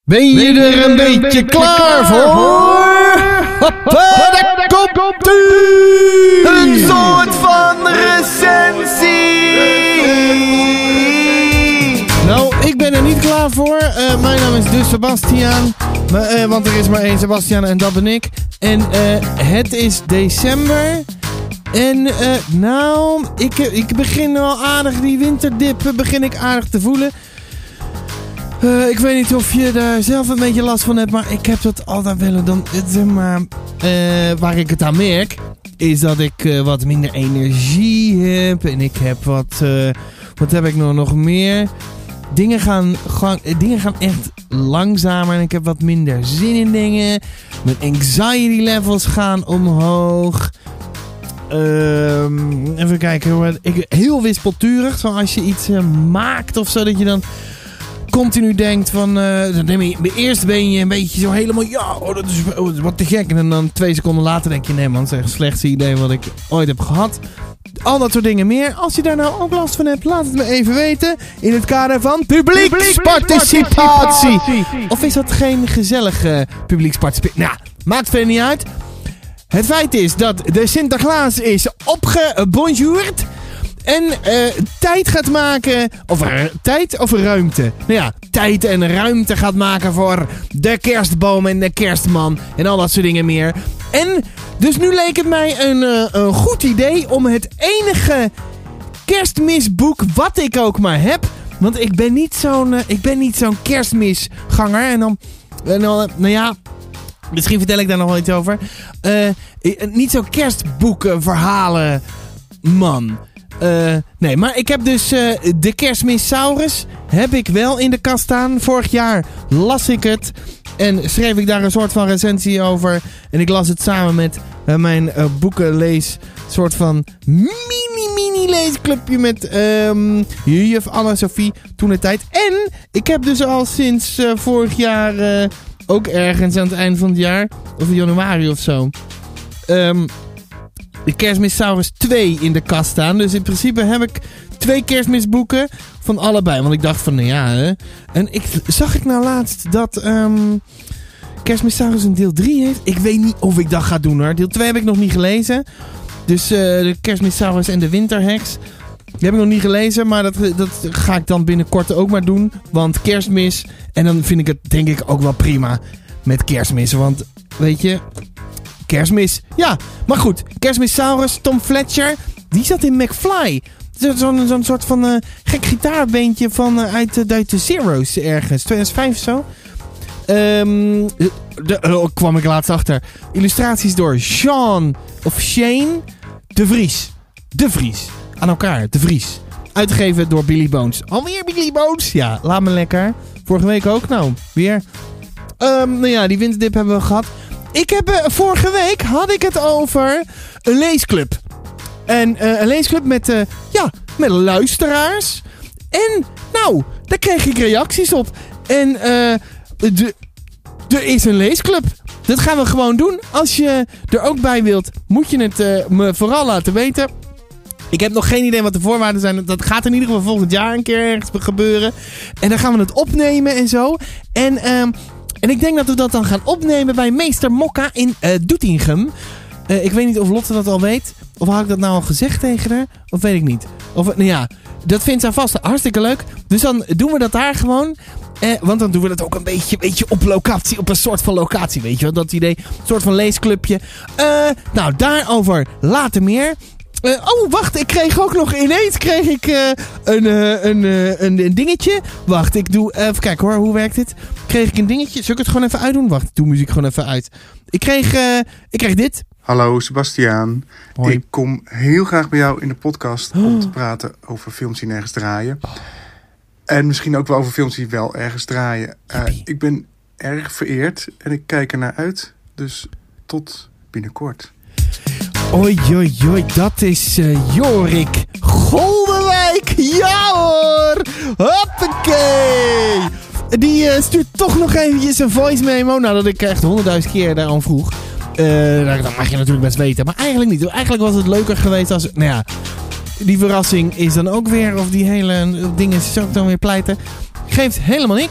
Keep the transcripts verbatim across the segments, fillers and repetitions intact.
Ben je er een beetje klaar voor? Hoppa, daar komt ie! Een soort van recensie! Nou, ik ben er niet klaar voor. Uh, mijn naam is dus Sebastiaan. Maar, uh, want er is maar één Sebastiaan en dat ben ik. En uh, het is december. En uh, nou, ik, ik begin wel aardig, die winterdip begin ik aardig te voelen. Uh, ik weet niet of je daar zelf een beetje last van hebt, maar ik heb dat altijd wel. Dan, zeg maar, uh, waar ik het aan merk, is dat ik uh, wat minder energie heb. En ik heb wat, uh, wat heb ik nou nog meer? Dingen gaan, gaan, dingen gaan echt langzamer en ik heb wat minder zin in dingen. Mijn anxiety levels gaan omhoog. Uh, even kijken hoor. Ik, heel wispelturig. Zoals als je iets uh, maakt of zo, dat je dan continu denkt van... Uh, dan neem je, eerst ben je een beetje zo helemaal... Ja, oh, dat is oh, wat te gek. En dan twee seconden later denk je... Nee man, dat is echt het slechtste idee wat ik ooit heb gehad. Al dat soort dingen meer. Als je daar nou ook last van hebt, laat het me even weten. In het kader van publieksparticipatie. Of is dat geen gezellige publieksparticipatie? Nou, maakt verder niet uit. Het feit is dat de Sinterklaas is opgebonjourd. En uh, tijd gaat maken... Of uh, tijd of ruimte? Nou ja, tijd en ruimte gaat maken voor de kerstboom en de kerstman. En al dat soort dingen meer. En dus nu leek het mij een, uh, een goed idee om het enige kerstmisboek wat ik ook maar heb. Want ik ben niet zo'n, uh, ik ben niet zo'n kerstmisganger. En dan, en dan uh, nou ja... Misschien vertel ik daar nog wel iets over. Uh, niet zo'n kerstboekenverhalen man. Uh, nee, maar ik heb dus uh, de Kerstmissaurus heb ik wel in de kast staan. Vorig jaar las ik het en schreef ik daar een soort van recensie over. En ik las het samen met uh, mijn uh, boekenlees soort van mini mini leesclubje met um, juf Anne-Sophie toen de tijd. En ik heb dus al sinds uh, vorig jaar... Uh, ook ergens aan het eind van het jaar. Of in januari of zo. Um, de Kerstmissaurus twee in de kast staan. Dus in principe heb ik twee kerstmisboeken van allebei. Want ik dacht van, nou ja. Hè. En ik, zag ik nou laatst dat um, Kerstmissaurus een deel drie heeft. Ik weet niet of ik dat ga doen hoor. Deel twee heb ik nog niet gelezen. Dus uh, de Kerstmissaurus en de Winterheks. Die heb ik nog niet gelezen, maar dat, dat ga ik dan binnenkort ook maar doen. Want Kerstmis, en dan vind ik het denk ik ook wel prima met Kerstmis. Want, weet je, Kerstmis, ja. Maar goed, Kerstmissaurus, Tom Fletcher, die zat in McFly. Zo'n zo'n soort van uh, gek gitaarbeentje van, uh, uit, uh, uit de Zero's ergens, tweeduizend vijf of zo. Um, de, uh, kwam ik laatst achter. Illustraties door Sean, of Shane de Vries. De Vries. Aan elkaar, De Vries. Uitgegeven door Billy Bones. Alweer Billy Bones? Ja, laat me lekker. Vorige week ook, nou, weer. Um, nou ja, die winterdip hebben we gehad. Ik heb, uh, vorige week had ik het over een leesclub. En uh, een leesclub met, uh, ja, met luisteraars. En, nou, daar kreeg ik reacties op. En, uh, de, er is een leesclub. Dat gaan we gewoon doen. Als je er ook bij wilt, moet je het uh, me vooral laten weten. Ik heb nog geen idee wat de voorwaarden zijn. Dat gaat in ieder geval volgend jaar een keer ergens gebeuren. En dan gaan we het opnemen en zo. En, um, en ik denk dat we dat dan gaan opnemen bij Meester Mokka in uh, Doetinchem. Uh, ik weet niet of Lotte dat al weet. Of had ik dat nou al gezegd tegen haar? Of weet ik niet. Of, nou ja, dat vindt zij vast hartstikke leuk. Dus dan doen we dat daar gewoon. Eh, want dan doen we dat ook een beetje, beetje op locatie. Op een soort van locatie, weet je wel. Dat idee. Een soort van leesclubje. Uh, nou, daarover later meer. Uh, oh, wacht, ik kreeg ook nog ineens kreeg ik, uh, een, uh, een, uh, een, een dingetje. Wacht, ik doe... Uh, even kijken hoor, hoe werkt dit? Kreeg ik een dingetje? Zal ik het gewoon even uitdoen? Wacht, ik doe muziek gewoon even uit. Ik kreeg, uh, ik kreeg dit. Hallo Sebastiaan. Hoi. Ik kom heel graag bij jou in de podcast oh. om te praten over films die nergens draaien. Oh. En misschien ook wel over films die wel ergens draaien. Uh, ik ben erg vereerd en ik kijk er naar uit. Dus tot binnenkort. Oei, oei, oei, dat is uh, Jorik Goldenwijk. Ja hoor, hoppakee. Die uh, stuurt toch nog eventjes een voice memo. Nou, dat ik echt honderdduizend keer daarom vroeg. Uh, dat mag je natuurlijk best weten. Maar eigenlijk niet. Eigenlijk was het leuker geweest als... Nou ja, die verrassing is dan ook weer... Of die hele dingen zou ik dan weer pleiten. Geeft helemaal niks.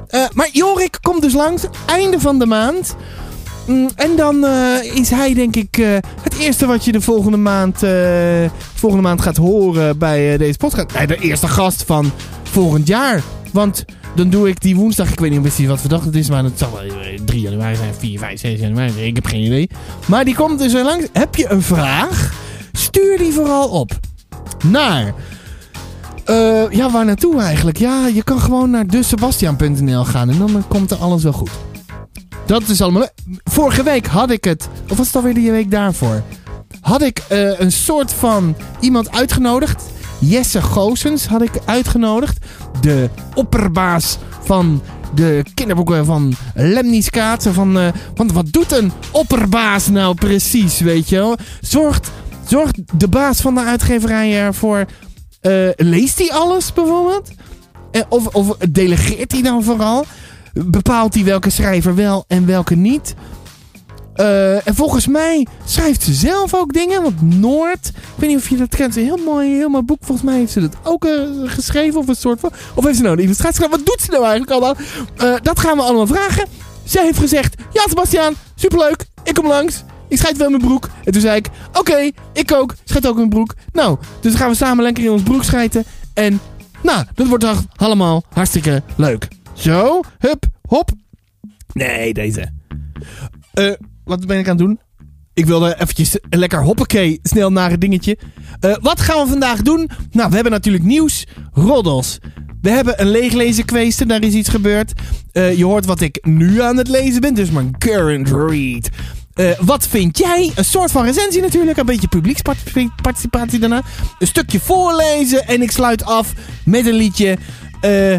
Uh, maar Jorik komt dus langs. Einde van de maand. Mm, en dan uh, is hij denk ik uh, het eerste wat je de volgende maand, uh, volgende maand gaat horen bij uh, deze podcast. Nee, de eerste gast van volgend jaar. Want dan doe ik die woensdag, ik weet niet precies wat voor dag het is, maar het zal wel drie januari zijn, vier, vijf, zes januari. Ik heb geen idee. Maar die komt dus er langs. Heb je een vraag? Stuur die vooral op. Naar... Uh, ja, waar naartoe eigenlijk? Ja, je kan gewoon naar de sebastian punt n l gaan en dan komt er alles wel goed. Dat is allemaal... Vorige week had ik het... Of was het alweer de week daarvoor? Had ik uh, een soort van iemand uitgenodigd. Jesse Goossens had ik uitgenodigd. De opperbaas van de kinderboeken van Lemnies Kaatsen. Van, uh, want wat doet een opperbaas nou precies, weet je wel? Zorgt, zorgt de baas van de uitgeverij ervoor... Uh, leest hij alles bijvoorbeeld? Uh, of, of delegeert hij dan vooral? Bepaalt hij welke schrijver wel en welke niet? Uh, en volgens mij schrijft ze zelf ook dingen. Want Noord, ik weet niet of je dat kent, een heel mooi, heel mooi boek. Volgens mij heeft ze dat ook uh, geschreven of een soort van... Of heeft ze nou een illustratie geschreven? Wat doet ze nou eigenlijk allemaal? Uh, dat gaan we allemaal vragen. Zij heeft gezegd, ja Sebastiaan, superleuk, ik kom langs. Ik schijt wel in mijn broek. En toen zei ik, oké, okay, ik ook. Schijt ook in mijn broek. Nou, dus dan gaan we samen lekker in ons broek schijten. En, nou, dat wordt toch allemaal hartstikke leuk. Zo, hup, hop. Nee, deze. Uh, wat ben ik aan het doen? Ik wilde eventjes lekker hoppakee, snel naar het dingetje. Uh, wat gaan we vandaag doen? Nou, we hebben natuurlijk nieuws. Roddels. We hebben een leeglezen kweesten, daar is iets gebeurd. Uh, je hoort wat ik nu aan het lezen ben, dus mijn current read. Uh, wat vind jij? Een soort van recensie natuurlijk. Een beetje publieksparticipatie daarna. Een stukje voorlezen. En ik sluit af met een liedje. Uh,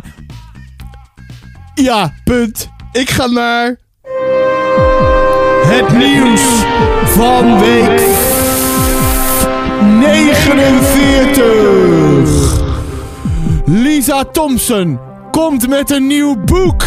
ja, punt. Ik ga naar... Het nieuws van week negenenveertig. Lisa Thompson komt met een nieuw boek.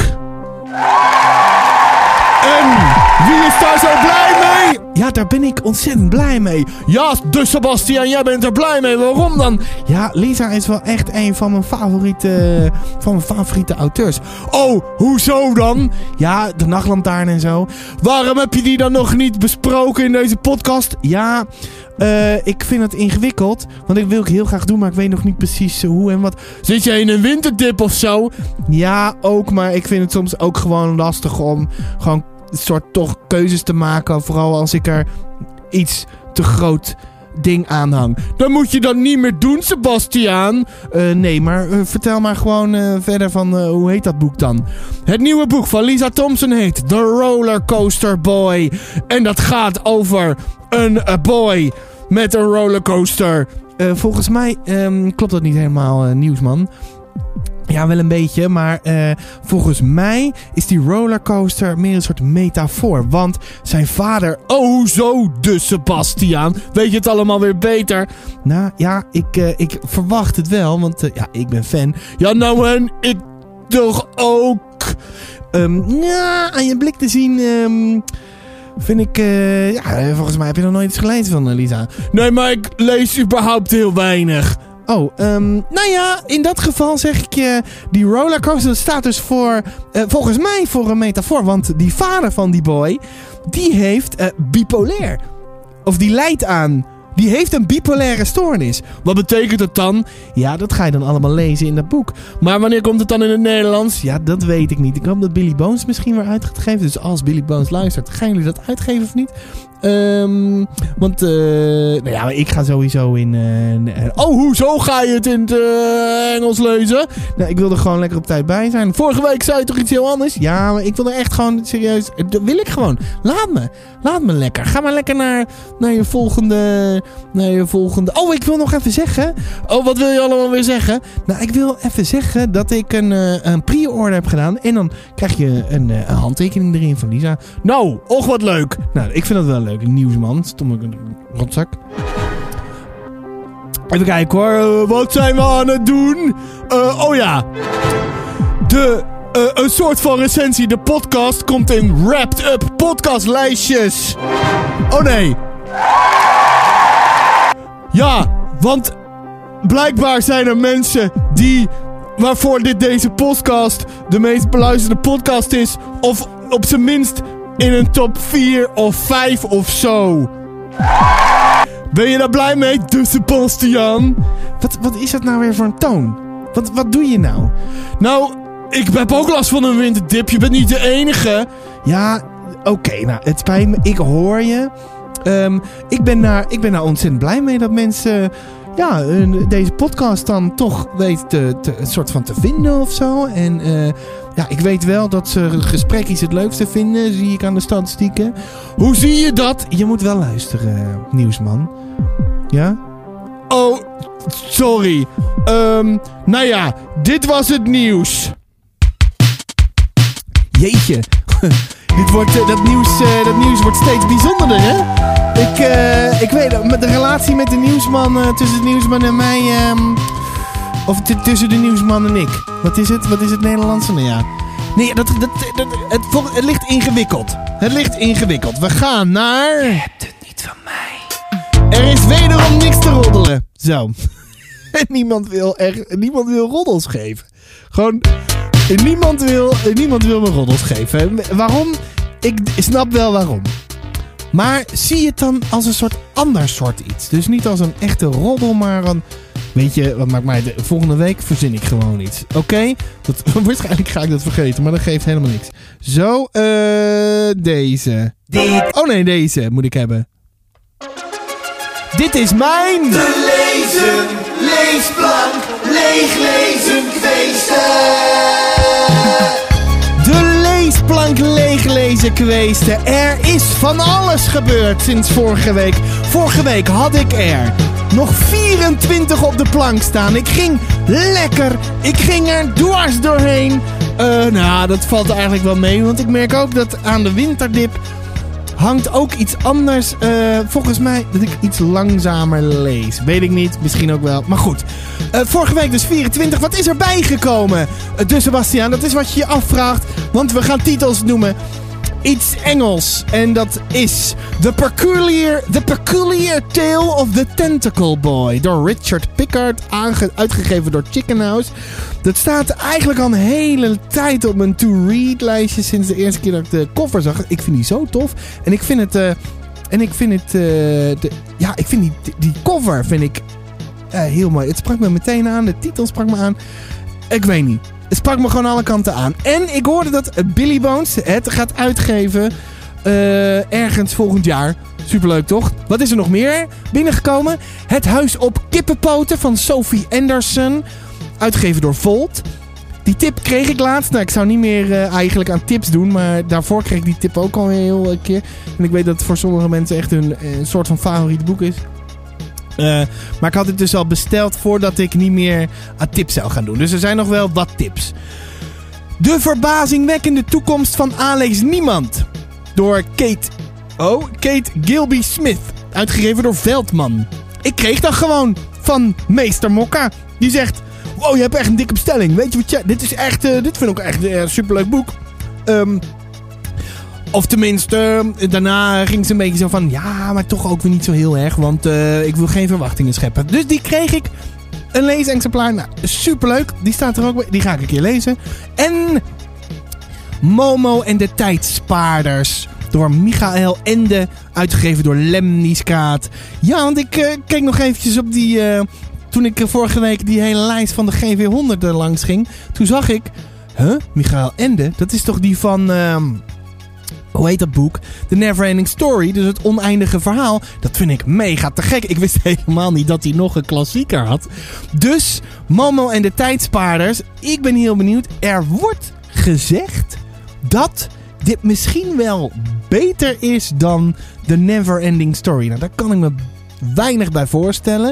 En wie is daar zo blij mee? Ja, daar ben ik ontzettend blij mee. Ja, dus Sebastian, jij bent er blij mee. Waarom dan? Ja, Lisa is wel echt een van mijn favoriete, van mijn favoriete auteurs. Oh, hoezo dan? Ja, de Nachtlantaarn en zo. Waarom heb je die dan nog niet besproken in deze podcast? Ja, uh, ik vind het ingewikkeld. Want ik wil het heel graag doen, maar ik weet nog niet precies hoe en wat. Zit jij in een winterdip of zo? Ja, ook, maar ik vind het soms ook gewoon lastig om gewoon een soort toch keuzes te maken. Vooral als ik er iets te groot ding aanhang. Dan moet je dat niet meer doen, Sebastiaan. Uh, nee, maar uh, vertel maar gewoon uh, verder van uh, hoe heet dat boek dan? Het nieuwe boek van Lisa Thompson heet The Rollercoaster Boy. En dat gaat over een uh, boy met een rollercoaster. Uh, volgens mij um, klopt dat niet helemaal, uh, Nieuwsman. Ja, wel een beetje, maar uh, volgens mij is die rollercoaster meer een soort metafoor. Want zijn vader, oh zo, de Sebastiaan, weet je het allemaal weer beter? Nou ja, ik, uh, ik verwacht het wel, want uh, ja, ik ben fan. Ja, nou en ik toch ook. Um, ja, aan je blik te zien... Um, Vind ik, uh, ja, volgens mij heb je nog nooit iets gelezen van uh, Lisa. Nee, maar ik lees überhaupt heel weinig. Oh, um, nou ja, in dat geval zeg ik je, die rollercoaster staat dus voor, uh, volgens mij voor een metafoor. Want die vader van die boy, die heeft uh, bipolair. Of die lijdt aan, die heeft een bipolaire stoornis. Wat betekent dat dan? Ja, dat ga je dan allemaal lezen in dat boek. Maar wanneer komt het dan in het Nederlands? Ja, dat weet ik niet. Ik hoop dat Billy Bones misschien weer uit gaat geven. Dus als Billy Bones luistert, gaan jullie dat uitgeven of niet? Um, want, uh, nou ja, ik ga sowieso in... Uh, oh, hoezo ga je het in het uh, Engels lezen? Nou, ik wil er gewoon lekker op tijd bij zijn. Vorige week zei je toch iets heel anders? Ja, maar ik wil er echt gewoon serieus... Dat wil ik gewoon. Laat me. Laat me lekker. Ga maar lekker naar, naar je volgende... Naar je volgende... Oh, ik wil nog even zeggen... Oh, wat wil je allemaal weer zeggen? Nou, ik wil even zeggen dat ik een, uh, een pre-order heb gedaan. En dan krijg je een, uh, een handtekening erin van Lisa. Nou, och wat leuk. Nou, ik vind dat wel leuk. Een nieuwsman. Stomme rotzak. Even kijken hoor. Uh, wat zijn we aan het doen? Uh, oh ja. De... Uh, een soort van recensie. De podcast komt in Wrapped Up podcastlijstjes. Oh nee. Ja, want blijkbaar zijn er mensen die waarvoor dit deze podcast de meest beluisterde podcast is. Of op zijn minst in een top vier of vijf of zo. Ben je daar blij mee, de Sebastian? Wat, wat is dat nou weer voor een toon? Wat, wat doe je nou? Nou, ik heb ook last van een winterdip. Je bent niet de enige. Ja, oké. Okay, nou, het spijt me. Ik hoor je. Um, ik, ben daar, ik ben daar ontzettend blij mee dat mensen... Ja, deze podcast dan toch weet te, te, een soort van te vinden of zo. En uh, ja, ik weet wel dat ze gesprekjes het leukste vinden. Zie ik aan de statistieken. Hoe zie je dat? Je moet wel luisteren, Nieuwsman. Ja? Oh, sorry. Um, nou ja, dit was het nieuws. Jeetje. Dit wordt, uh, dat, nieuws, uh, dat nieuws wordt steeds bijzonderder, hè? Ik, uh, ik weet met de relatie met de nieuwsman, uh, tussen de nieuwsman en mij, um, of t- tussen de nieuwsman en ik. Wat is het? Wat is het Nederlandse? Nou ja. Nee, dat, dat, dat, het, het, het ligt ingewikkeld. Het ligt ingewikkeld. We gaan naar... Je hebt het niet van mij. Er is wederom niks te roddelen. Zo. En niemand wil, er, niemand wil roddels geven. Gewoon... Niemand wil, niemand wil me roddels geven. Waarom? Ik snap wel waarom. Maar zie het dan als een soort ander soort iets. Dus niet als een echte roddel, maar een... Weet je, wat maakt mij... De, volgende week verzin ik gewoon iets. Oké? Okay? Waarschijnlijk ga ik dat vergeten, maar dat geeft helemaal niks. Zo, eh... Uh, deze. Dit. Oh nee, deze moet ik hebben. Dit is mijn... Te lezen, leesplank, leeglezen, kweesten. De leesplank leeglezen kweesten. Er is van alles gebeurd sinds vorige week. Vorige week had ik er nog vierentwintig op de plank staan. Ik ging lekker. Ik ging er dwars doorheen. Uh, nou, dat valt eigenlijk wel mee. Want ik merk ook dat aan de winterdip hangt ook iets anders. Uh, volgens mij dat ik iets langzamer lees. Weet ik niet. Misschien ook wel. Maar goed. Uh, vorige week dus vierentwintig. Wat is er bijgekomen? Uh, dus Sebastian, dat is wat je je afvraagt. Want we gaan titels noemen. Iets Engels. En dat is The Peculiar, The Peculiar Tale of the Tentacle Boy. Door Richard Pickard. Aange- uitgegeven door Chicken House. Dat staat eigenlijk al een hele tijd op mijn to-read lijstje. Sinds de eerste keer dat ik de cover zag. Ik vind die zo tof. En ik vind het... Uh, en ik vind het... Uh, de, ja, ik vind die, die cover vind ik uh, heel mooi. Het sprak me meteen aan. De titel sprak me aan. Ik weet niet. Het sprak me gewoon alle kanten aan. En ik hoorde dat Billy Bones het gaat uitgeven uh, ergens volgend jaar. Superleuk toch? Wat is er nog meer binnengekomen? Het Huis op Kippenpoten van Sophie Anderson. Uitgegeven door Volt. Die tip kreeg ik laatst. Nou, ik zou niet meer uh, eigenlijk aan tips doen. Maar daarvoor kreeg ik die tip ook al een heel uh, keer. En ik weet dat het voor sommige mensen echt een, een soort van favoriet boek is. Uh, maar ik had het dus al besteld voordat ik niet meer aan tips zou gaan doen. Dus er zijn nog wel wat tips. De verbazingwekkende toekomst van Alex Niemand. Door Kate... Oh, Kate Gilby Smith. Uitgegeven door Veldman. Ik kreeg dat gewoon van Meester Mokka. Die zegt... Wow, je hebt echt een dikke bestelling. Weet je wat je... Dit is echt... Uh, dit vind ik echt een uh, superleuk boek. Um, Of tenminste, uh, daarna ging ze een beetje zo van... Ja, maar toch ook weer niet zo heel erg. Want uh, ik wil geen verwachtingen scheppen. Dus die kreeg ik. Een leesexemplaar. Nou, superleuk. Die staat er ook bij. Die ga ik een keer lezen. En... Momo en de Tijdspaarders. Door Michael Ende. Uitgegeven door Lemniskaat. Ja, want ik uh, keek nog eventjes op die... Uh, toen ik uh, vorige week die hele lijst van de G V honderd er langs ging. Toen zag ik... Huh? Michael Ende? Dat is toch die van... Uh, Hoe heet dat boek? The Neverending Story. Dus het oneindige verhaal. Dat vind ik mega te gek. Ik wist helemaal niet dat hij nog een klassieker had. Dus Momo en de Tijdspaarders. Ik ben heel benieuwd. Er wordt gezegd dat dit misschien wel beter is dan The Neverending Story. Nou, daar kan ik me weinig bij voorstellen.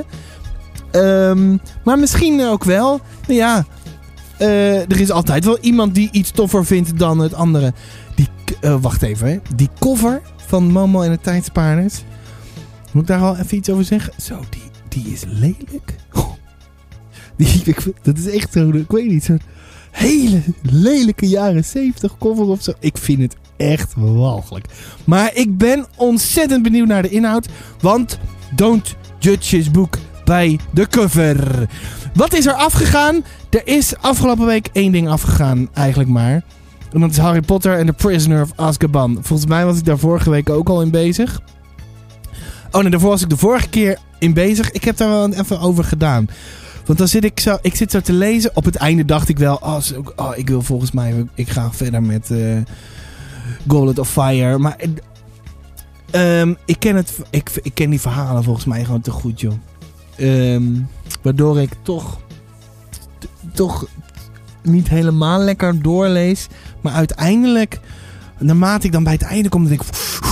Um, maar misschien ook wel. Nou ja, uh, er is altijd wel iemand die iets toffer vindt dan het andere. Die, uh, wacht even, hè. Die cover van Momo en de Tijdspaarders. Moet ik daar al even iets over zeggen? Zo, die, die is lelijk. Oh. Die, ik, dat is echt zo, ik weet niet, zo'n hele lelijke jaren zeventig cover of zo. Ik vind het echt walgelijk. Maar ik ben ontzettend benieuwd naar de inhoud. Want don't judge his book bij de cover. Wat is er afgegaan? Er is afgelopen week één ding afgegaan, eigenlijk maar. En dat is Harry Potter en The Prisoner of Azkaban. Volgens mij was ik daar vorige week ook al in bezig. Oh nee, daarvoor was ik de vorige keer in bezig. Ik heb daar wel even over gedaan. Want dan zit ik zo, ik zit zo te lezen. Op het einde dacht ik wel, oh, oh ik wil volgens mij, ik ga verder met uh, Goblet of Fire. Maar um, ik, ken het, ik, ik ken die verhalen volgens mij gewoon te goed, joh. Um, waardoor ik toch, t- toch niet helemaal lekker doorlees. Maar uiteindelijk, naarmate ik dan bij het einde kom, dan denk ik...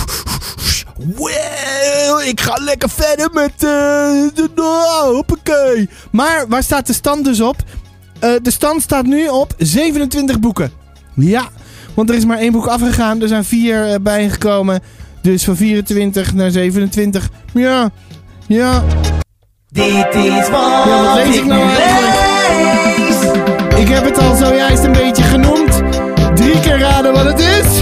Well, ik ga lekker verder met... Uh, de, oh, hoppakee. Maar waar staat de stand dus op? Uh, de stand staat nu op zevenentwintig boeken. Ja, want er is maar één boek afgegaan. Er zijn vier uh, bijgekomen. Dus van vierentwintig naar zevenentwintig. Ja, ja. Dit is wat, ja, wat lees ik nou eigenlijk? Ik heb het al zojuist een beetje genoemd. Drie keer raden wat het is.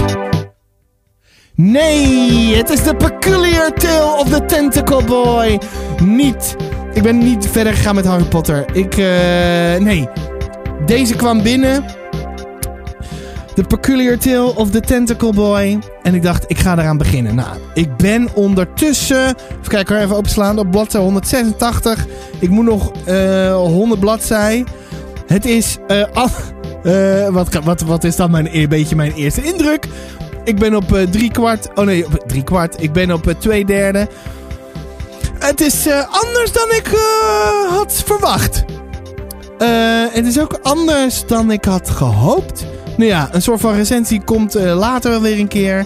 Nee, het is The Peculiar Tale of the Tentacle Boy. Niet. Ik ben niet verder gegaan met Harry Potter. Ik, uh, nee. Deze kwam binnen. The Peculiar Tale of the Tentacle Boy. En ik dacht, ik ga eraan beginnen. Nou, ik ben ondertussen... Even kijken, even openslaan. Op bladzijde honderdzesentachtig. Ik moet nog uh, honderd bladzijden. Het is... Uh, al, uh, wat, wat, wat is dan mijn, een beetje mijn eerste indruk? Ik ben op uh, drie kwart... Oh nee, op drie kwart. Ik ben op uh, twee derde. Het is uh, anders dan ik uh, had verwacht. Uh, het is ook anders dan ik had gehoopt. Nou ja, een soort van recensie komt uh, later wel weer een keer.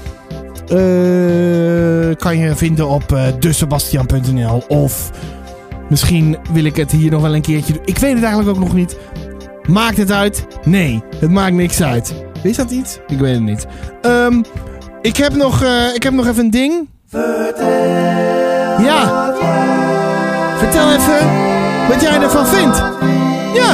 Uh, kan je vinden op uh, de sebastian punt n l. Of misschien wil ik het hier nog wel een keertje doen. Ik weet het eigenlijk ook nog niet. Maakt het uit? Nee, het maakt niks uit. Is dat iets? Ik weet het niet. Um, ik, heb nog, uh, ik heb nog even een ding. Vertel. Ja. Vertel even wat jij ervan vindt. Ja.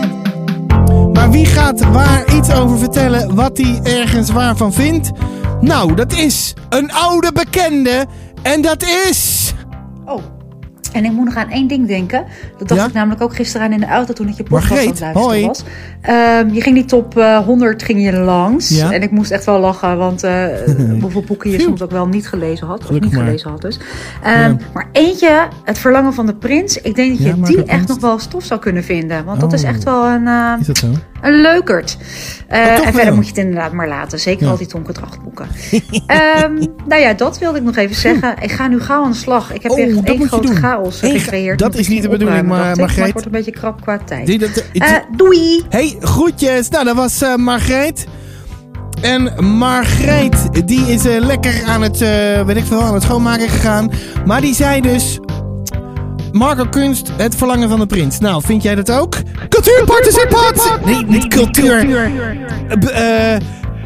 Maar wie gaat waar iets over vertellen wat hij ergens waarvan vindt? Nou, dat is een oude bekende. En dat is... Oh. En ik moet nog aan één ding denken. Dat dacht ja? ik namelijk ook gisteren aan in de auto toen ik je podcast aan het luisteren hoi. was. Um, je ging die top uh, honderd ging je langs. Ja? En ik moest echt wel lachen. Want uh, hoeveel boeken je soms ook wel niet gelezen had. Of Gelukkig niet maar. gelezen had dus. Um, Ja. Maar eentje, Het Verlangen van de Prins. Ik denk dat je Ja, Marco die echt Prins. nog wel stof zou kunnen vinden. Want Oh. dat is echt wel een, uh, Is dat zo? een leukert. Uh, Oh, toch en verder wel? moet je het inderdaad maar laten. Zeker Ja. al die Tonke Dracht boeken. um, nou ja, dat wilde ik nog even zeggen. Ik ga nu gauw aan de slag. Ik heb Oh, echt dat één moet je grote doen. chaos Eén ga- gecreëerd. dat Moet is ik niet de nog bedoeling, opruimen, maar dacht ik. Maar Margreet- het wordt een beetje krap qua tijd. Die, dat, dat, Uh, doei! Hey, groetjes. Nou, dat was uh, Margreet. En Margreet, die is uh, lekker aan het, uh, weet ik veel, aan het schoonmaken gegaan. Maar die zei dus... Marco Kunst, Het Verlangen van de Prins. Nou, vind jij dat ook? Cultuurparticipatie! Nee, niet cultuur. Uh, uh,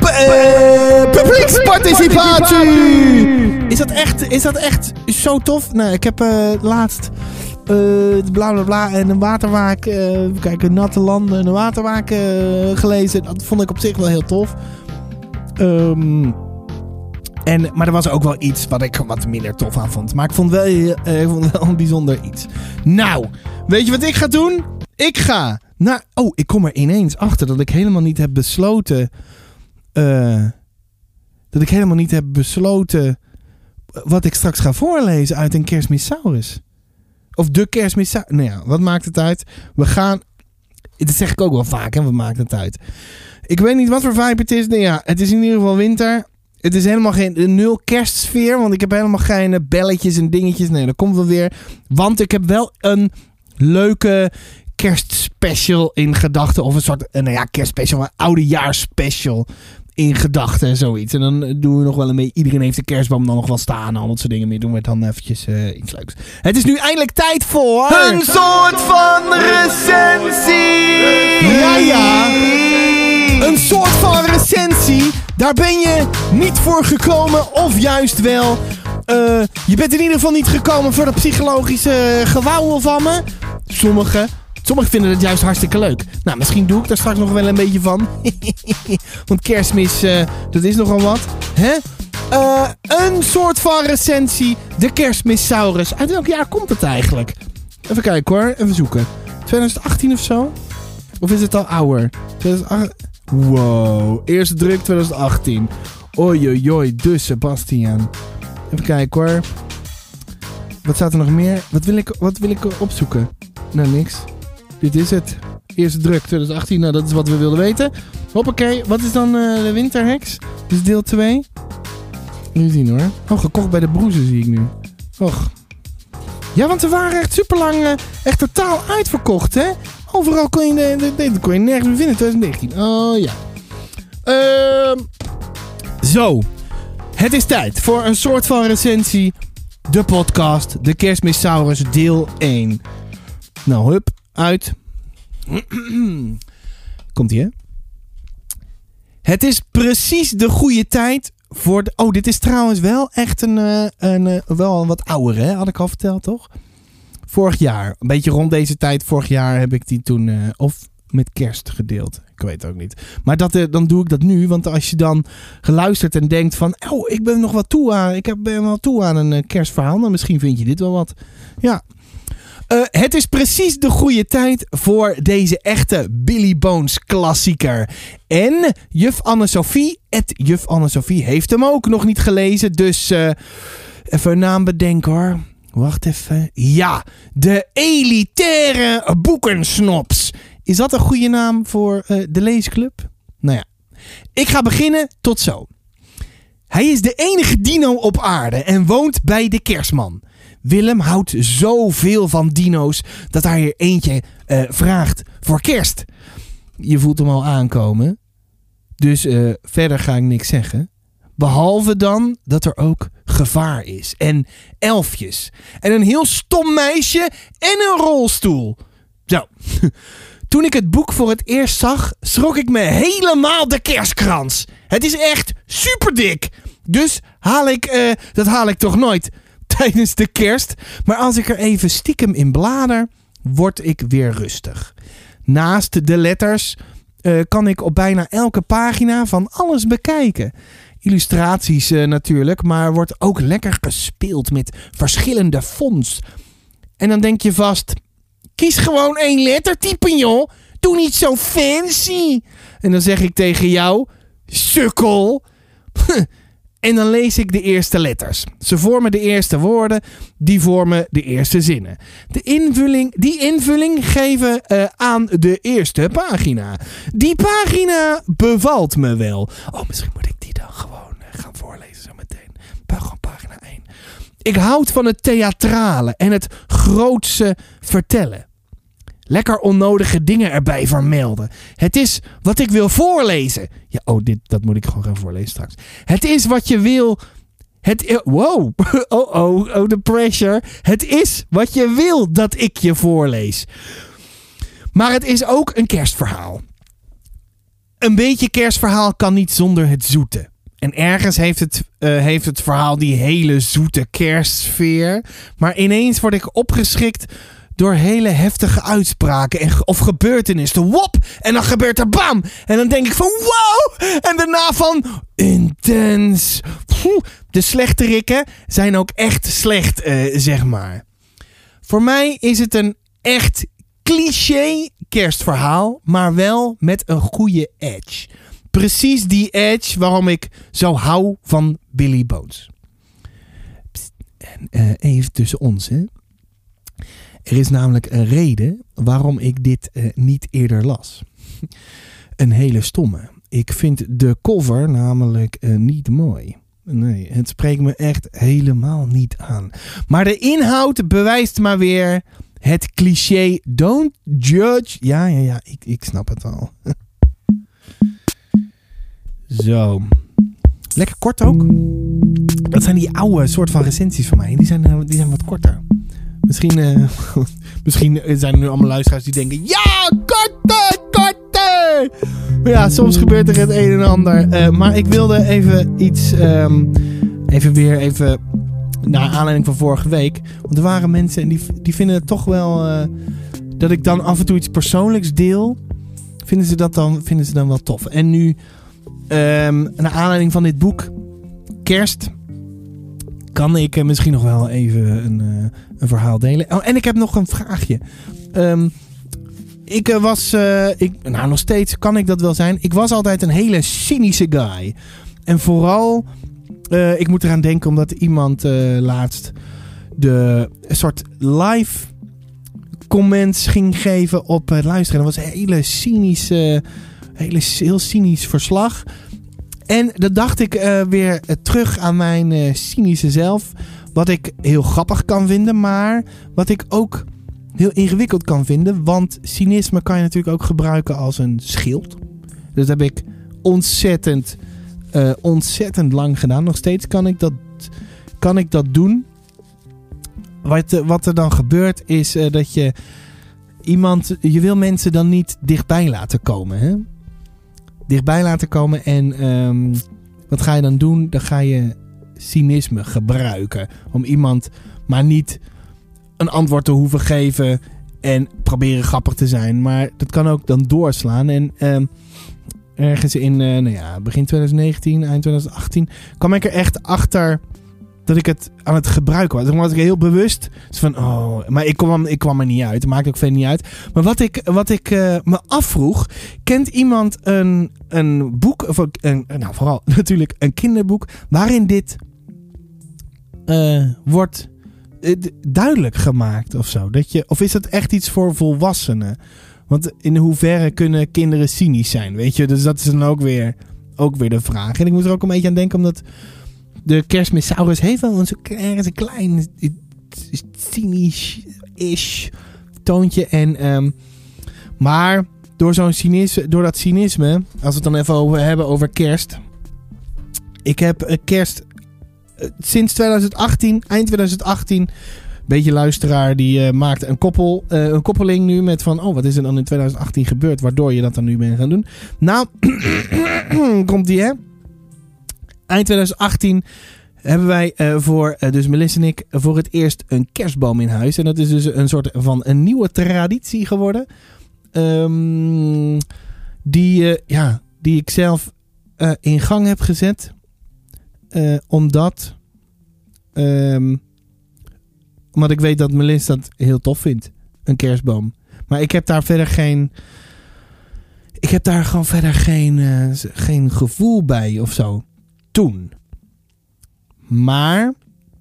uh, publieksparticipatie! Is dat echt, is dat echt zo tof? Nou, ik heb uh, laatst... Uh, bla bla bla en een waterwaak, uh, kijk, een natte landen en een waterwaak uh, gelezen. Dat vond ik op zich wel heel tof. Um, en, maar er was ook wel iets wat ik wat minder tof aan vond. Maar ik vond wel, uh, ik vond wel een bijzonder iets. Nou, weet je wat ik ga doen? Ik ga naar... Oh, ik kom er ineens achter dat ik helemaal niet heb besloten... Uh, dat ik helemaal niet heb besloten... wat ik straks ga voorlezen uit een Kerstmissaurus. Of de Kerstmissaurus. Nou ja, wat maakt het uit? We gaan... Dat zeg ik ook wel vaak, hè. Wat maakt het uit? Ik weet niet wat voor vibe het is. Nou ja, het is in ieder geval winter. Het is helemaal geen nul kerstsfeer. Want ik heb helemaal geen belletjes en dingetjes. Nee, dat komt wel weer. Want ik heb wel een leuke kerstspecial in gedachten. Of een soort, nou ja, kerstspecial. Een oudejaarsspecial in gedachten. Zoiets. En dan doen we nog wel een beetje... Iedereen heeft de kerstboom dan nog wel staan. En al dat soort dingen meer. Doen we dan eventjes uh, iets leuks. Het is nu eindelijk tijd voor... Een soort van recensie. Ja, ja. Een soort van recensie. Daar ben je niet voor gekomen. Of juist wel. Uh, je bent in ieder geval niet gekomen voor dat psychologische gewauwel van me. Sommigen. Sommigen vinden het juist hartstikke leuk. Nou, misschien doe ik daar straks nog wel een beetje van. Want kerstmis, uh, dat is nogal wat. Hè? Uh, een soort van recensie. De Kerstmissaurus. Uit welk jaar komt het eigenlijk? Even kijken hoor. Even zoeken. twintig achttien of zo? Of is het al ouder? twintig achttien Wow, eerste druk twintig achttien. Oei, oei, oei, dus Sebastian. Even kijken hoor. Wat staat er nog meer? Wat wil ik, wat wil ik opzoeken? Nou, niks. Dit is het. Eerste druk twintig achttien, nou dat is wat we wilden weten. Hoppakee, wat is dan uh, de Winterheks? Dit is deel twee. Even zien hoor. Oh, gekocht bij de Broezen zie ik nu. Och. Ja, want ze waren echt super lang, uh, echt totaal uitverkocht, hè? Overal kon je, de, de, de, de, kon je nergens meer vinden, twintig negentien. Oh ja. Ehm. Uh, zo. Het is tijd voor een soort van recensie. De podcast, de Kerstmissaurus deel één. Nou, hup, uit. Komt-ie, hè? Het is precies de goede tijd voor de... Oh, dit is trouwens wel echt een... Uh, een uh, wel een wat ouder, hè? Had ik al verteld, toch? Vorig jaar. Een beetje rond deze tijd vorig jaar heb ik die toen... Uh, of met kerst gedeeld. Ik weet het ook niet. Maar dat, uh, dan doe ik dat nu. Want als je dan geluisterd en denkt van... Oh, ik ben nog wat toe aan... Ik ben wel toe aan een uh, kerstverhaal. Dan misschien vind je dit wel wat. Ja. Uh, het is precies de goede tijd voor deze echte Billy Bones klassieker. En juf Anne-Sophie, het juf Anne-Sophie heeft hem ook nog niet gelezen. Dus uh, even een naam bedenken hoor. Wacht even. Ja, de elitaire boekensnops. Is dat een goede naam voor uh, de leesclub? Nou ja, ik ga beginnen. Tot zo. Hij is de enige dino op aarde en woont bij de Kerstman. Willem houdt zoveel van dino's dat hij er eentje uh, vraagt voor kerst. Je voelt hem al aankomen. Dus uh, verder ga ik niks zeggen. Behalve dan dat er ook gevaar is. En elfjes. En een heel stom meisje en een rolstoel. Zo. Toen ik het boek voor het eerst zag, schrok ik me helemaal de kerstkrans. Het is echt super dik. Dus haal ik, uh, dat haal ik toch nooit tijdens de kerst. Maar als ik er even stiekem in blader, word ik weer rustig. Naast de letters uh, kan ik op bijna elke pagina van alles bekijken. Illustraties uh, natuurlijk, maar wordt ook lekker gespeeld met verschillende fonts. En dan denk je vast, kies gewoon één lettertype joh. Doe niet zo fancy. En dan zeg ik tegen jou, sukkel. En dan lees ik de eerste letters. Ze vormen de eerste woorden, die vormen de eerste zinnen. De invulling, die invulling geven uh, aan de eerste pagina. Die pagina bevalt me wel. Oh, misschien moet ik die dan gewoon uh, gaan voorlezen zo meteen. Gewoon pagina één. Ik houd van het theatrale en het grootse vertellen. Lekker onnodige dingen erbij vermelden. Het is wat ik wil voorlezen. Ja, oh, dit, dat moet ik gewoon gaan voorlezen straks. Het is wat je wil. Het, wow. Oh, oh, oh, de pressure. Het is wat je wil dat ik je voorlees. Maar het is ook een kerstverhaal. Een beetje kerstverhaal kan niet zonder het zoete. En ergens heeft het, uh, heeft het verhaal die hele zoete kerstsfeer. Maar ineens word ik opgeschrikt door hele heftige uitspraken en, of gebeurtenissen. Wop! En dan gebeurt er bam! En dan denk ik van wow! En daarna van intens. Pfoe. De slechterikken zijn ook echt slecht, uh, zeg maar. Voor mij is het een echt cliché kerstverhaal, maar wel met een goede edge. Precies die edge waarom ik zo hou van Billy Bones. Psst, en uh, even tussen ons, hè. Er is namelijk een reden waarom ik dit uh, niet eerder las. Een hele stomme. Ik vind de cover namelijk uh, niet mooi. Nee, het spreekt me echt helemaal niet aan. Maar de inhoud bewijst maar weer het cliché don't judge. Ja, ja, ja, ik, ik snap het al. Zo. Lekker kort ook. Dat zijn die oude soort van recensies van mij. Die zijn, uh, die zijn wat korter. Misschien, uh, misschien zijn er nu allemaal luisteraars die denken, ja, korte, korte. Maar ja, soms gebeurt er het een en ander. Uh, maar ik wilde even iets, um, even weer even, naar aanleiding van vorige week. Want er waren mensen en die, die vinden het toch wel, uh, dat ik dan af en toe iets persoonlijks deel. Vinden ze dat dan, vinden ze dan wel tof. En nu, um, naar aanleiding van dit boek, Kerst, kan ik uh, misschien nog wel even een, uh, een verhaal delen. Oh, en ik heb nog een vraagje. Um, ik uh, was... Uh, ik, nou, nog steeds kan ik dat wel zijn. Ik was altijd een hele cynische guy. En vooral... Uh, ik moet eraan denken omdat iemand uh, laatst... de een soort live comments ging geven op het luisteren. Dat was een hele cynische... Hele, heel cynisch verslag. En dan dacht ik uh, weer uh, terug aan mijn uh, cynische zelf. Wat ik heel grappig kan vinden. Maar wat ik ook heel ingewikkeld kan vinden. Want cynisme kan je natuurlijk ook gebruiken als een schild. Dus dat heb ik ontzettend, uh, ontzettend lang gedaan. Nog steeds kan ik dat, kan ik dat doen. Wat, uh, wat er dan gebeurt is uh, dat je iemand... Je wil mensen dan niet dichtbij laten komen, hè? Dichtbij laten komen en um, wat ga je dan doen? Dan ga je cynisme gebruiken. Om iemand maar niet een antwoord te hoeven geven en proberen grappig te zijn. Maar dat kan ook dan doorslaan. En um, ergens in uh, nou ja, begin twintig negentien, eind twintig achttien kwam ik er echt achter dat ik het aan het gebruiken was. Toen was ik heel bewust. Dus van, oh, maar ik kwam, ik kwam er niet uit. Het maakt ook verder niet uit. Maar wat ik, wat ik uh, me afvroeg. Kent iemand een, een boek. Of een, nou, vooral natuurlijk een kinderboek. Waarin dit uh, wordt uh, duidelijk gemaakt of zo. Dat je, of is dat echt iets voor volwassenen? Want in hoeverre kunnen kinderen cynisch zijn? Weet je, dus dat is dan ook weer, ook weer de vraag. En ik moet er ook een beetje aan denken omdat... De Kerstmisaurus heeft wel een, ergens een klein cynisch-ish toontje. En, um, maar door, zo'n cynisme, door dat cynisme, als we het dan even over hebben over kerst. Ik heb uh, kerst uh, sinds twintig achttien, eind twintig achttien... Beetje luisteraar die uh, maakt een, koppel, uh, een koppeling nu met van... Oh, wat is er dan in twintig achttien gebeurd waardoor je dat dan nu bent gaan doen? Nou, komt die hè? Eind twintig achttien hebben wij uh, voor, uh, dus Melissa en ik, voor het eerst een kerstboom in huis. En dat is dus een soort van een nieuwe traditie geworden. Um, die, uh, ja, die ik zelf uh, in gang heb gezet. Uh, omdat, um, omdat ik weet dat Melissa dat heel tof vindt. Een kerstboom. Maar ik heb daar verder geen... Ik heb daar gewoon verder geen, uh, geen gevoel bij of zo. Toen. Maar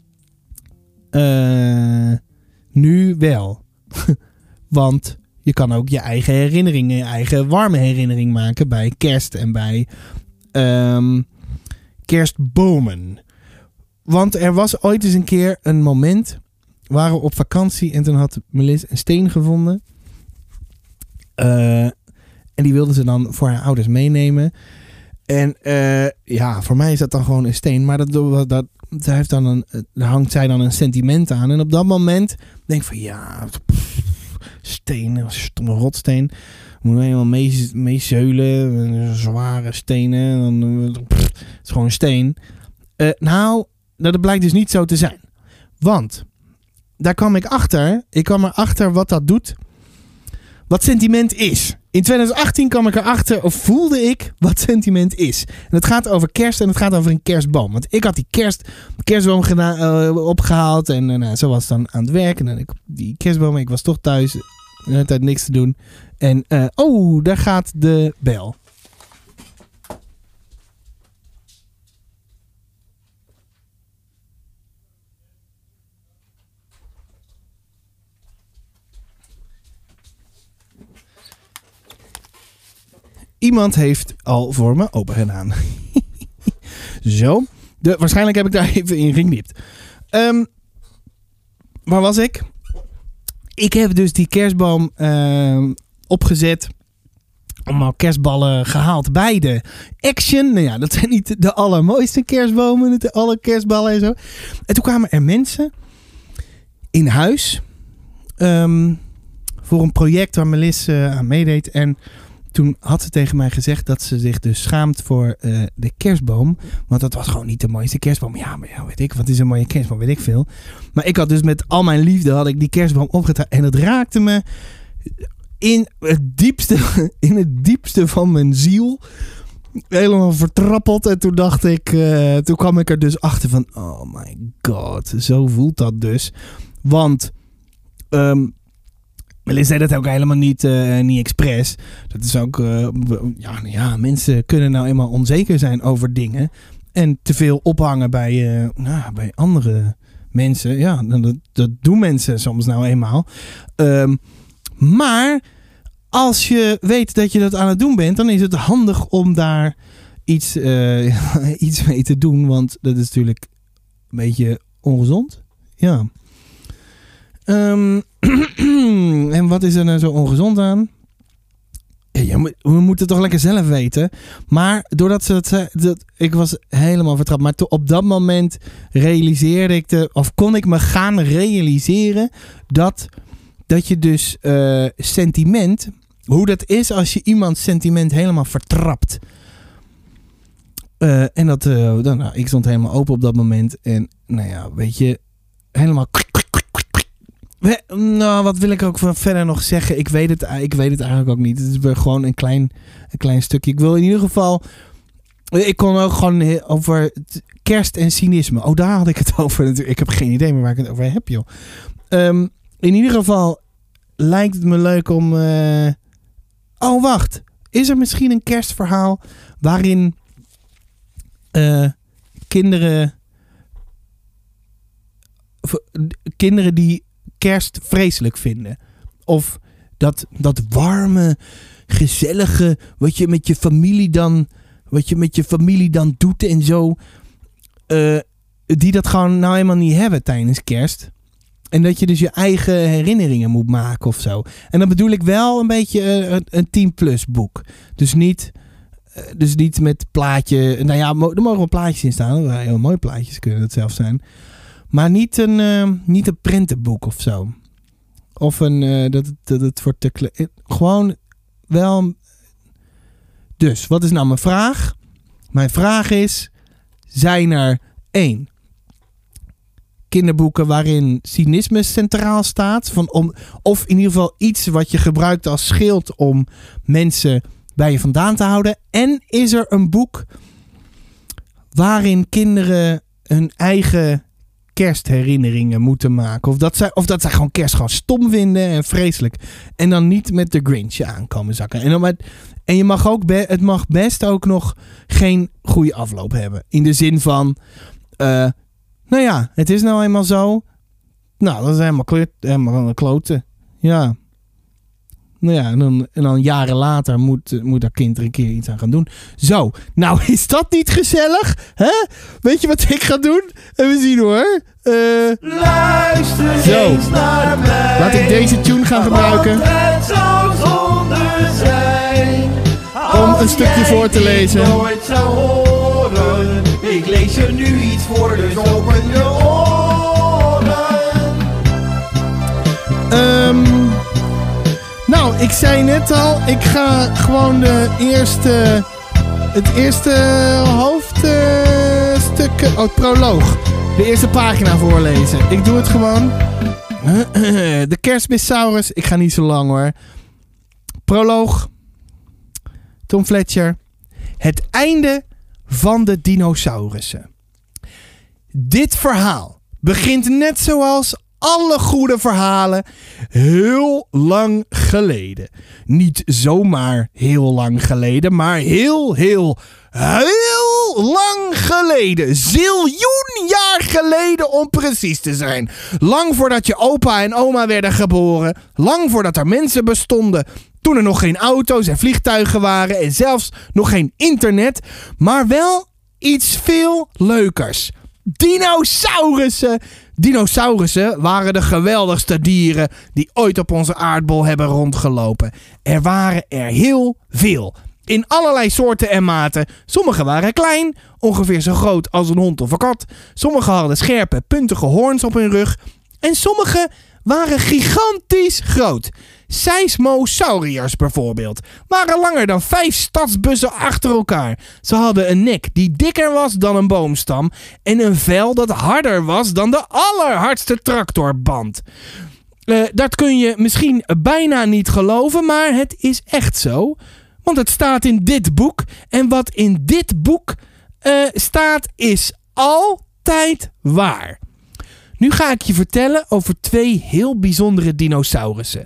uh, nu wel. Want je kan ook je eigen herinneringen, je eigen warme herinnering maken bij kerst en bij um, kerstbomen. Want er was ooit eens een keer een moment, we waren op vakantie en toen had Melissa een steen gevonden. Uh, en die wilden ze dan voor haar ouders meenemen. En uh, ja, voor mij is dat dan gewoon een steen. Maar dat, dat, dat, daar, heeft dan een, daar hangt zij dan een sentiment aan. En op dat moment denk ik van ja, pff, steen, stomme rotsteen. Moet je helemaal mee, mee zeulen. Zware stenen. Dan, pff, het is gewoon een steen. Uh, nou, dat blijkt dus niet zo te zijn. Want daar kwam ik achter. Ik kwam erachter wat dat doet. Wat sentiment is. In twintig achttien kwam ik erachter, of voelde ik wat sentiment is. En het gaat over kerst en het gaat over een kerstboom. Want ik had die kerst, kerstboom gedaan, uh, opgehaald en uh, nou, zo was het dan aan het werk. En dan ik, die kerstboom, ik was toch thuis, de hele tijd niks te doen. En uh, oh, daar gaat de bel. Iemand heeft al voor me open gedaan. Zo. De, waarschijnlijk heb ik daar even in geknipt. Um, waar was ik? Ik heb dus die kerstboom uh, opgezet. Allemaal kerstballen gehaald bij de Action. Nou ja, dat zijn niet de allermooiste kerstbomen. De alle kerstballen en zo. En toen kwamen er mensen in huis. Um, voor een project waar Melissa aan meedeed. En toen had ze tegen mij gezegd dat ze zich dus schaamt voor uh, de kerstboom. Want dat was gewoon niet de mooiste kerstboom. Ja, maar ja, weet ik, wat is een mooie kerstboom, weet ik veel. Maar ik had dus met al mijn liefde had ik die kerstboom opgedragen. En dat raakte me in het diepste, in het diepste van mijn ziel. Helemaal vertrappeld. En toen dacht ik, uh, toen kwam ik er dus achter van, oh my god, zo voelt dat dus. Want... Um, Melis zei dat ook helemaal niet, uh, niet expres. Dat is ook... Uh, ja, ja, mensen kunnen nou eenmaal onzeker zijn over dingen. En te veel ophangen bij, uh, nou, bij andere mensen. Ja, dat, dat doen mensen soms nou eenmaal. Um, maar als je weet dat je dat aan het doen bent... dan is het handig om daar iets, uh, iets mee te doen. Want dat is natuurlijk een beetje ongezond. Ja. Um, en wat is er nou zo ongezond aan? Ja, we moeten het toch lekker zelf weten. Maar doordat ze dat zei, dat, ik was helemaal vertrapt. Maar to, op dat moment realiseerde ik de, of kon ik me gaan realiseren dat, dat je dus uh, sentiment, hoe dat is als je iemands sentiment helemaal vertrapt. Uh, en dat, uh, dan, nou, ik stond helemaal open op dat moment. En nou ja, weet je, helemaal... We, nou, wat wil ik ook verder nog zeggen? Ik weet het, ik weet het eigenlijk ook niet. Het is gewoon een klein, een klein stukje. Ik wil in ieder geval... Ik kon ook gewoon over kerst en cynisme. Oh, daar had ik het over. Ik heb geen idee meer waar ik het over heb, joh. Um, in ieder geval lijkt het me leuk om... Uh... Oh, wacht. Is er misschien een kerstverhaal waarin uh, kinderen... Kinderen die... kerst vreselijk vinden. Of dat, dat warme, gezellige, wat je met je familie dan, wat je met je familie dan doet en zo. Uh, die dat gewoon nou helemaal niet hebben tijdens kerst. En dat je dus je eigen herinneringen moet maken of zo. En dan bedoel ik wel een beetje uh, een tien plus boek. Dus niet, uh, dus niet met plaatje. Nou ja, mo- er mogen wel plaatjes in staan. Heel mooie plaatjes kunnen dat zelf zijn. Maar niet een, uh, niet een prentenboek of zo. Of een, uh, dat, dat het wordt te kle- Gewoon wel... Dus, wat is nou mijn vraag? Mijn vraag is... Zijn er één... kinderboeken waarin cynisme centraal staat? Van om, of in ieder geval iets wat je gebruikt als schild om mensen bij je vandaan te houden. En is er een boek waarin kinderen hun eigen... kerstherinneringen moeten maken. Of dat, zij, of dat zij gewoon kerst gewoon stom vinden en vreselijk. En dan niet met de Grinch aankomen zakken. En, dan met, en je mag ook be, het mag best ook nog geen goede afloop hebben. In de zin van... Uh, nou ja, het is nou eenmaal zo. Nou, dat is helemaal, kle- helemaal een klote. Ja. Nou ja, en dan, en dan jaren later moet, moet dat kind er een keer iets aan gaan doen. Zo, nou is dat niet gezellig? Hè? Weet je wat ik ga doen? Even zien hoor. Uh, Luister zo. eens naar mij. Laat ik deze tune gaan gebruiken. Want het zou zonde zijn. Om een stukje voor te lezen. Nooit zou horen. Ik lees je nu iets voor, dus open je oren. Um, nou, ik zei net al, ik ga gewoon de eerste, het eerste hoofdstuk, uh, oh, het proloog, de eerste pagina voorlezen. Ik doe het gewoon. De Kerstmissaurus, ik ga niet zo lang hoor. Proloog, Tom Fletcher. Het einde van de dinosaurussen. Dit verhaal begint net zoals alle goede verhalen heel lang geleden. Niet zomaar heel lang geleden, maar heel, heel, heel lang geleden. Ziljoen jaar geleden om precies te zijn. Lang voordat je opa en oma werden geboren. Lang voordat er mensen bestonden. Toen er nog geen auto's en vliegtuigen waren en zelfs nog geen internet. Maar wel iets veel leukers. Dinosaurussen. Dinosaurussen waren de geweldigste dieren die ooit op onze aardbol hebben rondgelopen. Er waren er heel veel. In allerlei soorten en maten. Sommige waren klein, ongeveer zo groot als een hond of een kat. Sommige hadden scherpe, puntige hoorns op hun rug. En sommige waren gigantisch groot. Seismosauriërs bijvoorbeeld waren langer dan vijf stadsbussen achter elkaar. Ze hadden een nek die dikker was dan een boomstam en een vel dat harder was dan de allerhardste tractorband. Uh, dat kun je misschien bijna niet geloven, maar het is echt zo. Want het staat in dit boek en wat in dit boek uh, staat is altijd waar. Nu ga ik je vertellen over twee heel bijzondere dinosaurussen.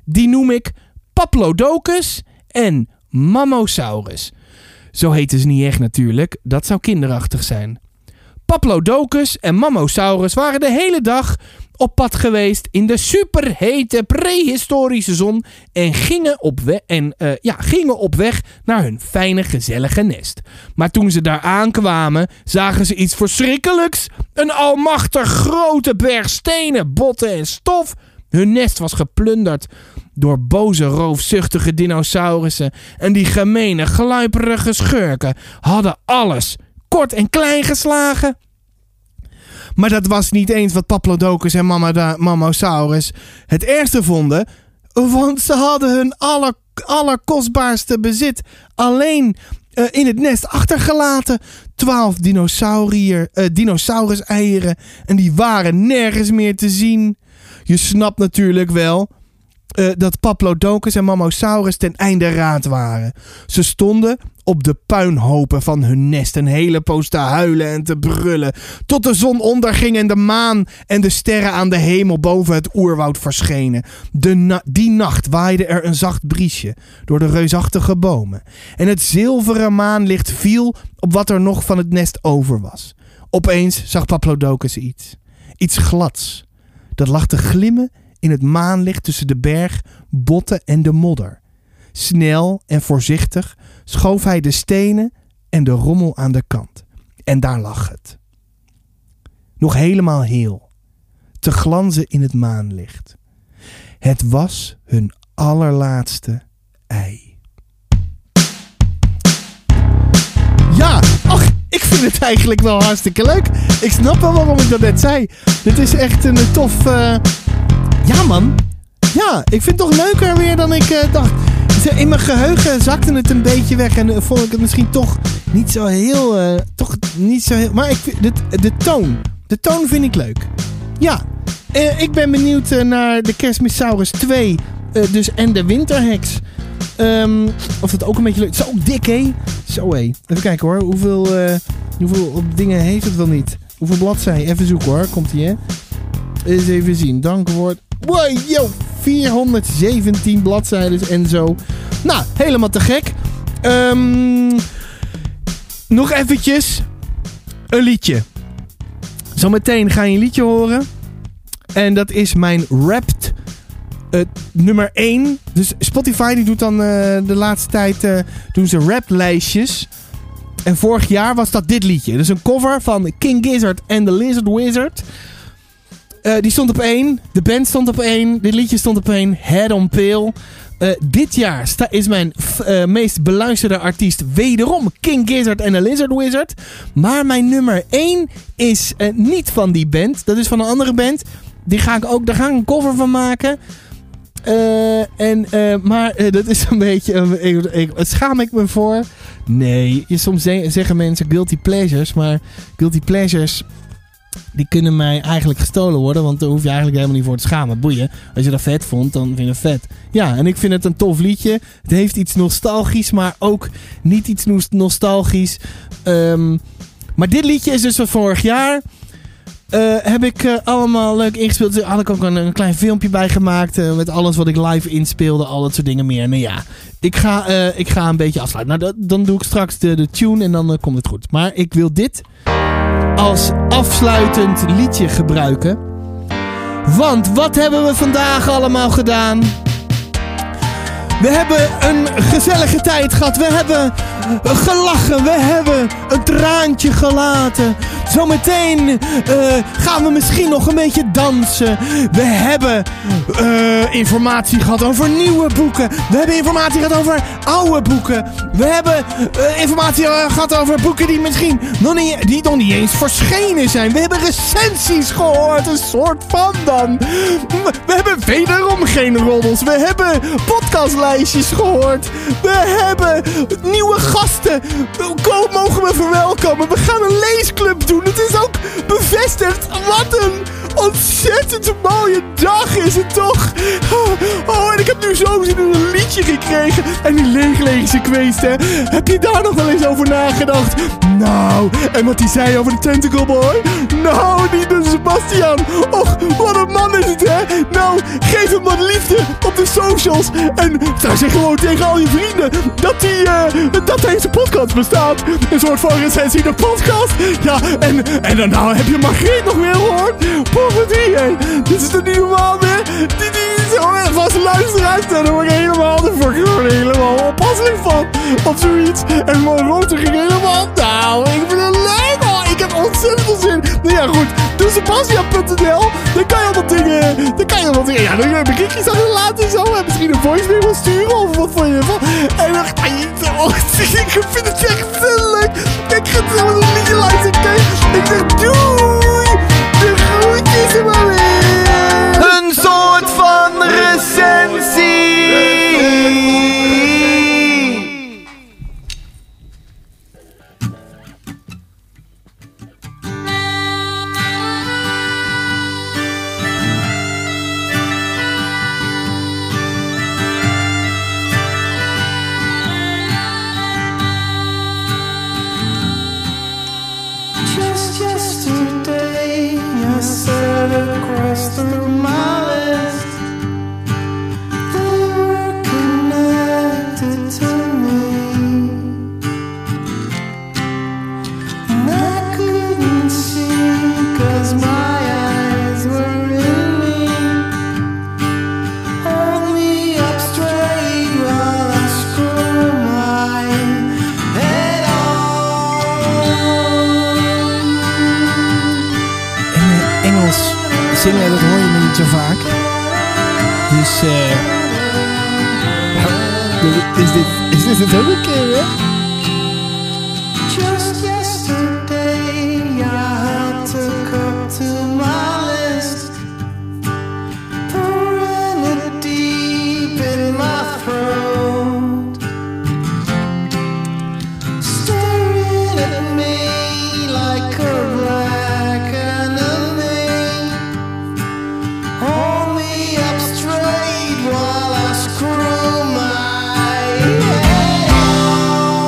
Die noem ik Paplodocus en Mammosaurus. Zo heten ze niet echt natuurlijk, dat zou kinderachtig zijn. Paplodocus en Mammosaurus waren de hele dag op pad geweest in de superhete prehistorische zon en gingen op, we- en, uh, ja, gingen op weg naar hun fijne gezellige nest. Maar toen ze daar aankwamen, zagen ze iets verschrikkelijks. Een almachtig grote berg stenen, botten en stof. Hun nest was geplunderd door boze roofzuchtige dinosaurussen en die gemene gluiperige schurken hadden alles kort en klein geslagen. Maar dat was niet eens wat Paplodocus en Mamada- Mammosaurus het ergste vonden, want ze hadden hun aller, allerkostbaarste bezit alleen uh, in het nest achtergelaten. Twaalf dinosaurier, uh, dinosaurus-eieren en die waren nergens meer te zien. Je snapt natuurlijk wel uh, dat Paplodocus en Mammosaurus ten einde raad waren. Ze stonden op de puinhopen van hun nest een hele poos te huilen en te brullen, tot de zon onderging en de maan en de sterren aan de hemel boven het oerwoud verschenen. De na- die nacht waaide er een zacht briesje door de reusachtige bomen en het zilveren maanlicht viel op wat er nog van het nest over was. Opeens zag Paplodocus iets. Iets glads. Dat lag te glimmen in het maanlicht tussen de berg, botten en de modder. Snel en voorzichtig schoof hij de stenen en de rommel aan de kant. En daar lag het. Nog helemaal heel. Te glanzen in het maanlicht. Het was hun allerlaatste ei. Ja, ach, ik vind het eigenlijk wel hartstikke leuk. Ik snap wel waarom ik dat net zei. Dit is echt een tof... Uh... Ja, man. Ja, ik vind het toch leuker weer dan ik uh, dacht. In mijn geheugen zakte het een beetje weg en uh, vond ik het misschien toch niet zo heel... Uh, toch niet zo heel... Maar ik vind, de, de toon. De toon vind ik leuk. Ja. Uh, ik ben benieuwd uh, naar de Kerstmisaurus twee. Uh, dus en de Winterheks. Um, of dat ook een beetje leuk... Zo dik, hé. Zo, hé. Even kijken, hoor. Hoeveel, uh, hoeveel dingen heeft het wel niet? Hoeveel bladzijden? Even zoeken, hoor. Komt-ie, hè. Eens even zien. Dankwoord. Wow, yo. vierhonderdzeventien bladzijden en zo. Nou, helemaal te gek. Um, nog eventjes. Een liedje. Zometeen ga je een liedje horen. En dat is mijn Wrapped uh, nummer één. Dus Spotify die doet dan uh, de laatste tijd uh, doen ze Wrapped lijstjes. En vorig jaar was dat dit liedje. Dus een cover van King Gizzard en The Lizard Wizard. Uh, die stond op één. De band stond op één. Dit liedje stond op één. Head on Pale. Uh, dit jaar sta- is mijn f- uh, meest beluisterde artiest wederom King Gizzard en The Lizard Wizard. Maar mijn nummer één is uh, niet van die band. Dat is van een andere band. Die ga ik ook, daar ga ik een cover van maken. Uh, en, uh, maar uh, dat is een beetje... Uh, ik, ik, schaam ik me voor? Nee. Je, soms ze- zeggen mensen guilty pleasures. Maar guilty pleasures... die kunnen mij eigenlijk gestolen worden. Want daar hoef je eigenlijk helemaal niet voor te schamen. Boeien. Als je dat vet vond, dan vind je het vet. Ja, en ik vind het een tof liedje. Het heeft iets nostalgisch, maar ook niet iets no- nostalgisch. Um, maar dit liedje is dus van vorig jaar. Uh, heb ik uh, allemaal leuk ingespeeld. Daar had ik ook een, een klein filmpje bij gemaakt. Uh, met alles wat ik live inspeelde. Al dat soort dingen meer. Nou ja, ik ga, uh, ik ga een beetje afsluiten. Nou, dat, dan doe ik straks de, de tune en dan uh, komt het goed. Maar ik wil dit als afsluitend liedje gebruiken. Want wat hebben we vandaag allemaal gedaan? We hebben een gezellige tijd gehad. We hebben gelachen. We hebben een traantje gelaten. Zometeen uh, gaan we misschien nog een beetje dansen. We hebben uh, informatie gehad over nieuwe boeken. We hebben informatie gehad over oude boeken. We hebben uh, informatie gehad over boeken die misschien nog niet, die nog niet eens verschenen zijn. We hebben recensies gehoord. Een soort van dan. We hebben wederom geen roddels. We hebben podcastlijstjes gehoord. We hebben nieuwe gasten. Kom, mogen we verwelkomen. We gaan een leesclub doen. Het is ook bevestigd. Wat een ontzettend mooie dag is het toch? Oh, en ik heb nu zo zin in een liedje gekregen. En die leegleegse kweest, hè? Heb je daar nog wel eens over nagedacht? Nou, en wat hij zei over de Tentacle Boy? Nou, die de Sebastian. Och, wat een man is het, hè? Nou, geef hem wat liefde op de socials. En zeg gewoon tegen al je vrienden dat hij, uh, dat deze podcast bestaat. Een soort van recensie de podcast. Ja, en, en dan nou, heb je Margreet nog weer gehoord? Poverty, hé. Dit is toch niet normaal, hè? Die, die is zo vast luisteraar. Daar word ik helemaal, daar word ik gewoon helemaal oppasselijk van. Of zoiets. En mijn roter ging helemaal. Nou, ik vind het leuk, hoor. Ik heb ontzettend veel zin. Nou ja, goed. Doe Sebastian punt n l. Dan kan je allemaal dingen. Dan kan je allemaal dingen. Ja, dan kun je berichtjes aan laten en zo. En misschien een voicemail sturen of wat van je. En dan ga je. Oh, ik vind het echt zo leuk. Ik ga het helemaal een liedje luisteren. Kijk. Ik zeg doei. De groetjes er maar weer. Een soort van recensie. Just yesterday, I sat across through my list. They were connected to me, and I couldn't see 'cause my eyes were in me. Hold me up straight while I screw my head on. Engels zingen, dat hoor je me niet zo vaak. Dus, eh... Uh, is dit, is dit het ook een keer, hè? Just yesterday, I had to cut to my list, pouring it deep in my throat, staring at me like a black enemy. Hold me up straight while I screw my head on.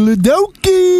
Toedeledokie.